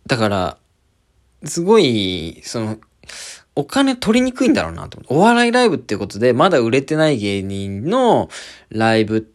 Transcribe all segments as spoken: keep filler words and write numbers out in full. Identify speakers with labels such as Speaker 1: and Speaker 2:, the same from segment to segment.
Speaker 1: だから、すごい、その、お金取りにくいんだろうなと思って。お笑いライブっていうことで、まだ売れてない芸人のライブって、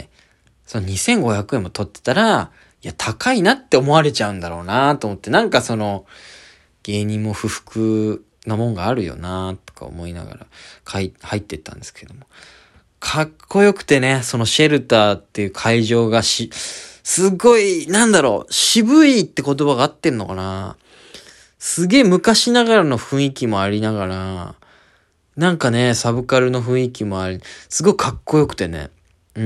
Speaker 1: そのにせんごひゃくえんも取ってたら、いや、高いなって思われちゃうんだろうなと思って、なんかその、芸人も不服なもんがあるよなとか思いながら、入ってったんですけども。かっこよくてね、そのシェルターっていう会場がし、すごい、なんだろう、渋いって言葉が合ってんのかな。すげえ昔ながらの雰囲気もありながら、なんかね、サブカルの雰囲気もあり、すごいかっこよくてね。うん。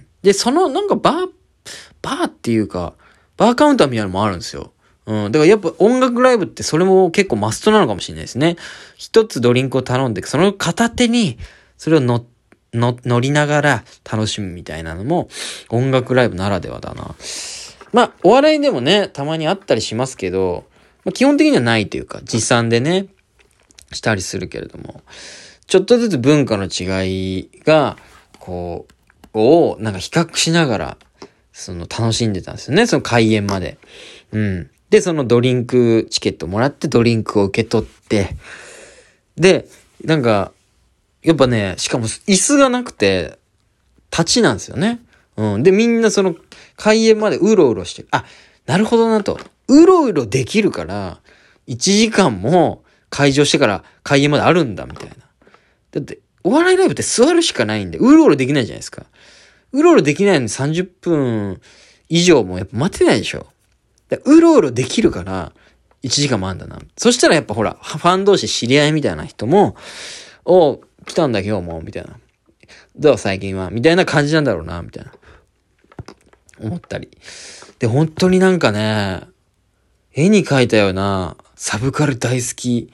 Speaker 1: で、そのなんかバー、バーっていうか、バーカウンターみたいなのもあるんですよ。うん。だからやっぱ音楽ライブってそれも結構マストなのかもしれないですね。一つドリンクを頼んで、その片手に、それを乗、乗、乗りながら楽しむみたいなのも、音楽ライブならではだな。まあ、お笑いでもね、たまにあったりしますけど、まあ、基本的にはないというか、持参でね、したりするけれども、ちょっとずつ文化の違いが、こう、を、なんか比較しながら、その楽しんでたんですよね、その開演まで。うん。で、そのドリンクチケットもらってドリンクを受け取って、で、なんか、やっぱね、しかも椅子がなくて、立ちなんですよね。うん。で、みんなその開演までうろうろしてる。あ、なるほどなと。うろうろできるから、いちじかんも会場してから開演まであるんだ、みたいな。だって、お笑いライブって座るしかないんで、うろうろできないじゃないですか。うろうろできないのにさんじゅっぷん以上もやっぱ待てないでしょ。だうろうろできるから、いちじかんもあんだな。そしたらやっぱほら、ファン同士知り合いみたいな人も、お来たんだ今日も、みたいな。どう最近はみたいな感じなんだろうな、みたいな。思ったり。で、本当になんかね、絵に描いたような、サブカル大好き、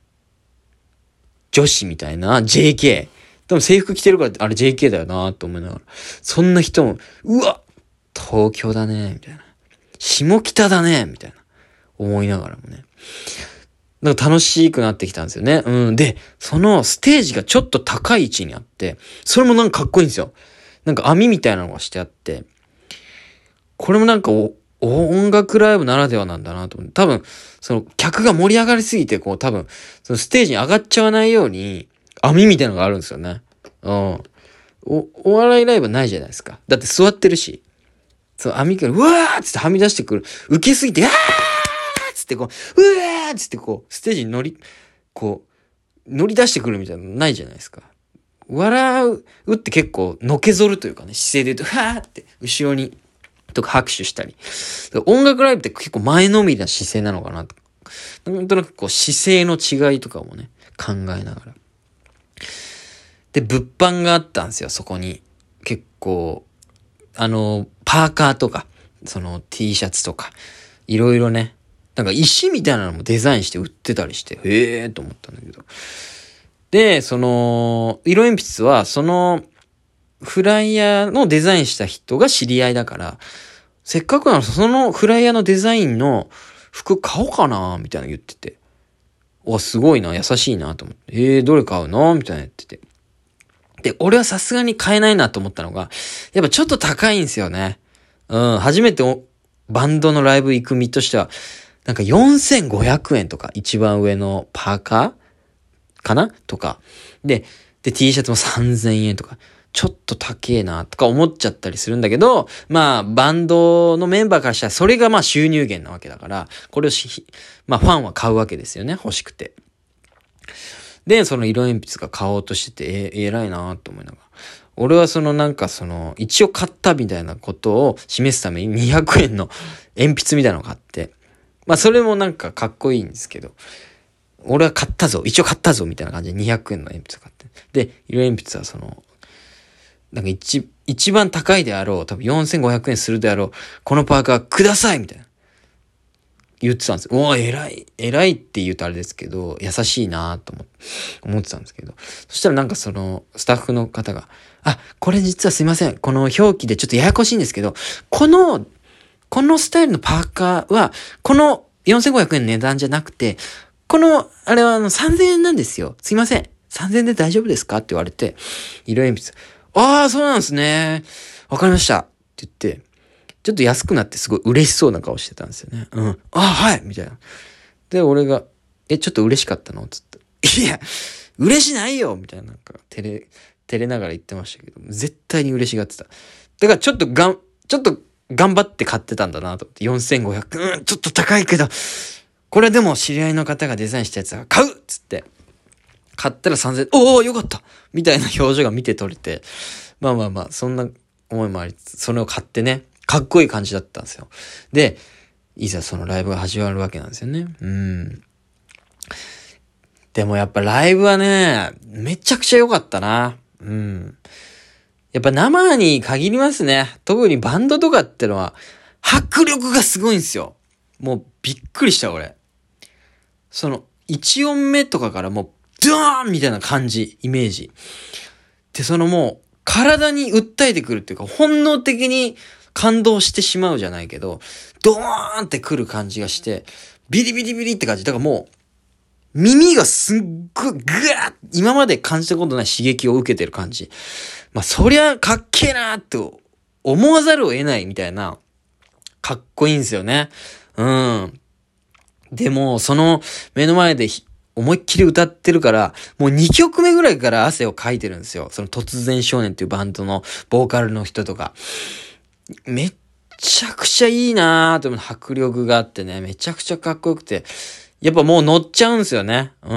Speaker 1: 女子みたいな、ジェーケー。多分制服着てるから、あれ ジェーケー だよなと思いながら。そんな人も、うわ東京だねみたいな。下北だねみたいな。思いながらもね。なんか楽しくなってきたんですよね。うん。で、そのステージがちょっと高い位置にあって、それもなんかかっこいいんですよ。なんか網みたいなのがしてあって、これもなんかお音楽ライブならではなんだなと思って。多分、その客が盛り上がりすぎて、こう多分、そのステージに上がっちゃわないように、網みたいなのがあるんですよね。うん。お、お笑いライブないじゃないですか。だって座ってるし。そう、網から、うわーっつってはみ出してくる。受けすぎて、あーっつってこう、うわーっつってこう、ステージに乗り、こう、乗り出してくるみたいなのないじゃないですか。笑うって結構、のけぞるというかね、姿勢で言うと、はーって、後ろに、とか拍手したり。音楽ライブって結構前のめりな姿勢なのかなと。なんとなくこう姿勢の違いとかもね、考えながら。で、物販があったんですよ、そこに。結構、あの、パーカーとか、その T シャツとか、いろいろね、なんか石みたいなのもデザインして売ってたりして、へーと思ったんだけど。で、その、色鉛筆は、その、フライヤーのデザインした人が知り合いだから、せっかくならそのフライヤーのデザインの服買おうかなみたいな言ってて。わ、すごいな、優しいなと思って。えー、どれ買うのみたいな言ってて。で、俺はさすがに買えないなと思ったのが、やっぱちょっと高いんですよね。うん、初めてバンドのライブ行く身としては、なんかよんせんごひゃくえんとか、一番上のパーカーかなとか。で、で、T シャツもさんぜんえんとか。ちょっと高えなとか思っちゃったりするんだけど、まあ、バンドのメンバーからしたらそれがまあ収入源なわけだから、これをし、まあファンは買うわけですよね、欲しくて。で、その色鉛筆が買おうとしてて、え、偉いなと思いながら。俺はそのなんかその、一応買ったみたいなことを示すためににひゃくえんの鉛筆みたいなのを買って、まあそれもなんかかっこいいんですけど、俺は買ったぞ、一応買ったぞみたいな感じでにひゃくえんの鉛筆を買って。で、色鉛筆はその、なんか一、一番高いであろう、多分よんせんごひゃくえんするであろう、このパーカーくださいみたいな。言ってたんですよ。おー、偉い、偉いって言うとあれですけど、優しいなと思って、思ってたんですけど。そしたらなんかその、スタッフの方が、あ、これ実はすいません。この表記でちょっとややこしいんですけど、この、このスタイルのパーカーは、このよんせんごひゃくえんの値段じゃなくて、この、あれはあのさんぜんえんなんですよ。すいません。さんぜんえんで大丈夫ですかって言われて、色鉛筆。ああ、そうなんですね。わかりました。って言って。 ちょっと安くなってすごい嬉しそうな顔してたんですよね。うん。あ、はいみたいな。で、俺が、え、ちょっと嬉しかったのつって。いや、嬉しないよみたいな、なんか、照れ、照れながら言ってましたけど、絶対に嬉しがってた。だからちょっとがん、ちょっと頑張って買ってたんだなと思って、よんせんごひゃく、うん、ちょっと高いけど、これでも知り合いの方がデザインしたやつは買うっつって、買ったらさんぜん、おおよかったみたいな表情が見て取れて、まあまあまあ、そんな思いもありつつ、それを買ってね、かっこいい感じだったんですよ。で、いざそのライブが始まるわけなんですよね。うん。でもやっぱライブはね、めちゃくちゃ良かったな。うん。やっぱ生に限りますね。特にバンドとかってのは、迫力がすごいんですよ。もうびっくりした俺。その、一音目とかからもう、ドーンみたいな感じ、イメージ。で、そのもう、体に訴えてくるっていうか、本能的に感動してしまうじゃないけど、ドーンってくる感じがして、ビリビリビリって感じ。だからもう、耳がすっごい、ぐわー今まで感じたことない刺激を受けてる感じ。まあ、そりゃかっけえなーって思わざるを得ないみたいな、かっこいいんですよね。うん。でも、その目の前で思いっきり歌ってるから、もうにきょくめぐらいから汗をかいてるんですよ。その突然少年っていうバンドのボーカルの人とか。めっちゃくちゃいいなーと思う迫力があってね、めちゃくちゃかっこよくて、やっぱもう乗っちゃうんですよね。うん。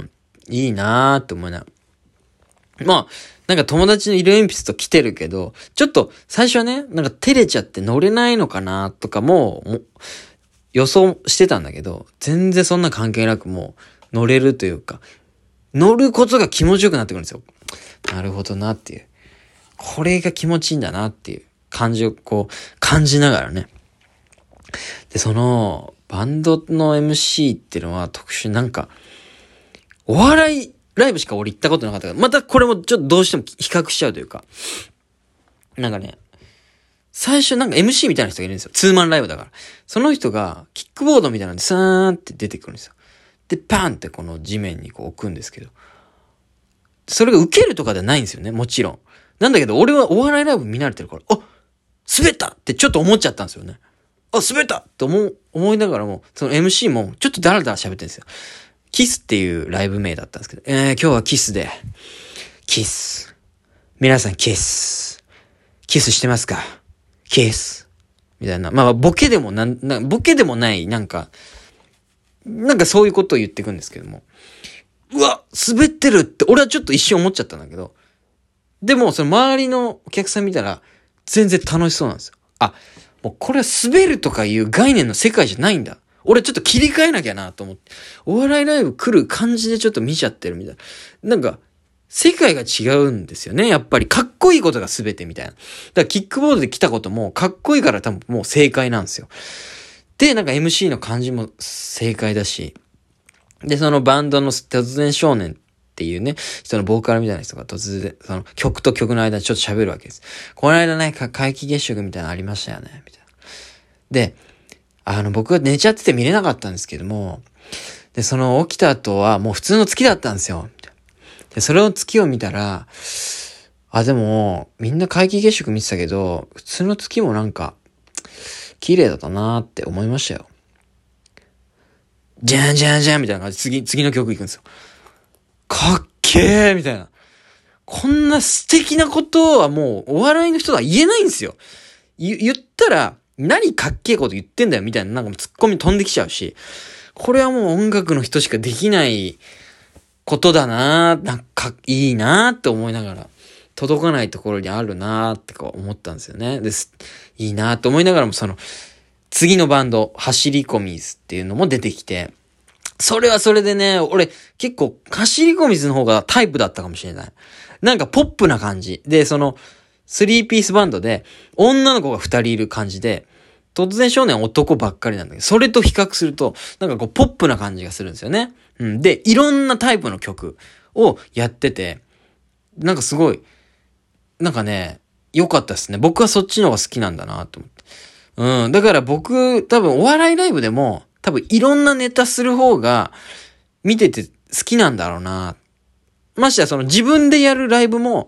Speaker 1: いいなーって思いながら。まあ、なんか友達の色鉛筆と来てるけど、ちょっと最初はね、なんか照れちゃって乗れないのかなとかも、も予想してたんだけど、全然そんな関係なくもう乗れるというか、乗ることが気持ちよくなってくるんですよ。なるほどなっていう。これが気持ちいいんだなっていう感じをこう感じながらね。で、その、バンドの エムシー っていうのは特殊なんか、お笑いライブしか俺行ったことなかったから、またこれもちょっとどうしても比較しちゃうというか、なんかね、最初なんか エムシー みたいな人がいるんですよ。ツーマンライブだから。その人がキックボードみたいなんでサーンって出てくるんですよ。で、パーンってこの地面にこう置くんですけど、それが受けるとかではないんですよね、もちろん。なんだけど俺はお笑いライブ見慣れてるから、あ、滑ったってちょっと思っちゃったんですよね。あ、滑ったって思う、思いながらも、その エムシー もちょっとダラダラ喋ってるんですよ。キスっていうライブ名だったんですけど、えー、今日はキスで、キス。皆さんキス。キスしてますか？キス。みたいな。まあ、ボケでもなん、なボケでもない、なんか、なんかそういうことを言っていくんですけども。うわ滑ってるって俺はちょっと一瞬思っちゃったんだけど、でもその周りのお客さん見たら全然楽しそうなんですよ。あ、もうこれは滑るとかいう概念の世界じゃないんだ。俺ちょっと切り替えなきゃなと思って。お笑いライブ来る感じでちょっと見ちゃってるみたいな。なんか、世界が違うんですよね。やっぱりかっこいいことが全てみたいな。だからキックボードで来たこともかっこいいから多分もう正解なんですよ。で、なんか エムシー の感じも正解だし。で、そのバンドの突然少年っていうね、そのボーカルみたいな人が突然、その曲と曲の間にちょっと喋るわけです。この間ね、皆既月食みたいなのありましたよね、みたいな。で、あの、僕が寝ちゃってて見れなかったんですけども、で、その起きた後はもう普通の月だったんですよ。で、それを月を見たら、あ、でも、みんな皆既月食見てたけど、普通の月もなんか、綺麗だったなーって思いましたよ。じゃんじゃんじゃんみたいな感じで次、次の曲行くんですよ。かっけーみたいな。こんな素敵なことはもうお笑いの人は言えないんですよ。言、言ったら、何かっけーこと言ってんだよみたいななんかもうツッコミ飛んできちゃうし、これはもう音楽の人しかできないことだなー、なんかいいなーって思いながら、届かないところにあるなーってこう思ったんですよね。です。いいなーって思いながらもその、次のバンド、走り込みずっていうのも出てきて、それはそれでね、俺結構走り込みずの方がタイプだったかもしれない。なんかポップな感じ。で、その、スリーピースバンドで、女の子が二人いる感じで、突然少年は男ばっかりなんだけど、それと比較すると、なんかこうポップな感じがするんですよね。うん。で、いろんなタイプの曲をやってて、なんかすごい、なんかね、良かったですね。僕はそっちの方が好きなんだなと思って。うん。だから僕、多分お笑いライブでも、多分いろんなネタする方が、見てて好きなんだろうな。ましてやその自分でやるライブも、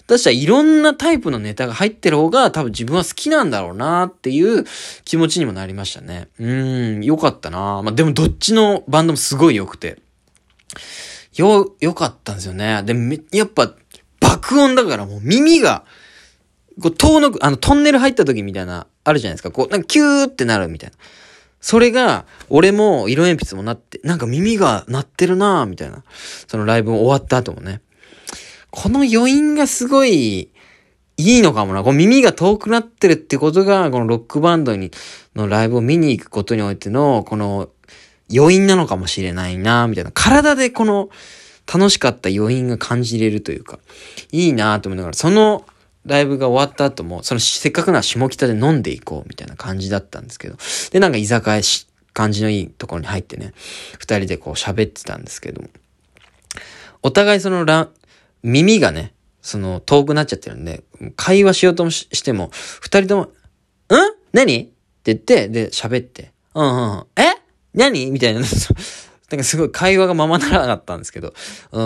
Speaker 1: だしたらいろんなタイプのネタが入ってる方が多分自分は好きなんだろうなっていう気持ちにもなりましたね。うーん、よかったな。まあ、でもどっちのバンドもすごい良くて。よ、良かったんですよね。で、め、やっぱ爆音だからもう耳が、こう、遠のく、あの、トンネル入った時みたいな、あるじゃないですか。こう、なんかキューってなるみたいな。それが、俺も色鉛筆もなって、なんか耳が鳴ってるなぁ、みたいな。そのライブ終わった後もね。この余韻がすごい、いいのかもな。この耳が遠くなってるってことが、このロックバンドに、のライブを見に行くことにおいての、この余韻なのかもしれないな、みたいな。体でこの楽しかった余韻が感じれるというか、いいなと思いながら、そのライブが終わった後も、そのせっかくなら下北で飲んでいこう、みたいな感じだったんですけど。で、なんか居酒屋し、感じのいいところに入ってね、二人でこう喋ってたんですけども。お互いそのラ、耳がね、その遠くなっちゃってるんで、会話しようとも し, しても、二人とも、ん何って言って、で、喋って、うんうん、え何みたいな、なんかすごい会話がままならなかったんですけど、うん。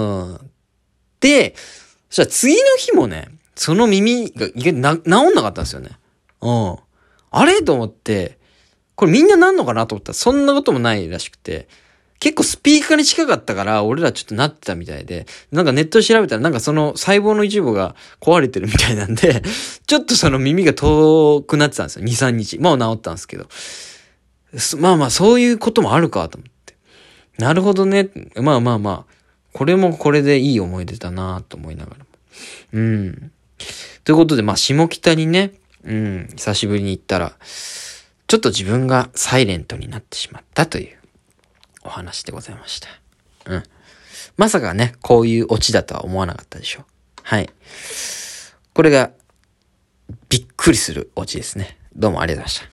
Speaker 1: で、そしたら次の日もね、その耳が意外とな治んなかったんですよね。うん。あれと思って、これみんななんのかなと思ったら、そんなこともないらしくて、結構スピーカーに近かったから、俺らちょっとなってたみたいで、なんかネットで調べたら、なんかその細胞の一部が壊れてるみたいなんで、ちょっとその耳が遠くなってたんですよ。に、さんにち。もう治ったんですけど。まあまあ、そういうこともあるかと思って。なるほどね。まあまあまあ、これもこれでいい思い出だなと思いながらも。うん。ということで、まあ、下北にね、うん、久しぶりに行ったら、ちょっと自分がサイレントになってしまったというお話でございました。うん。まさかね、こういうオチだとは思わなかったでしょう。はい。これが、びっくりするオチですね。どうもありがとうございました。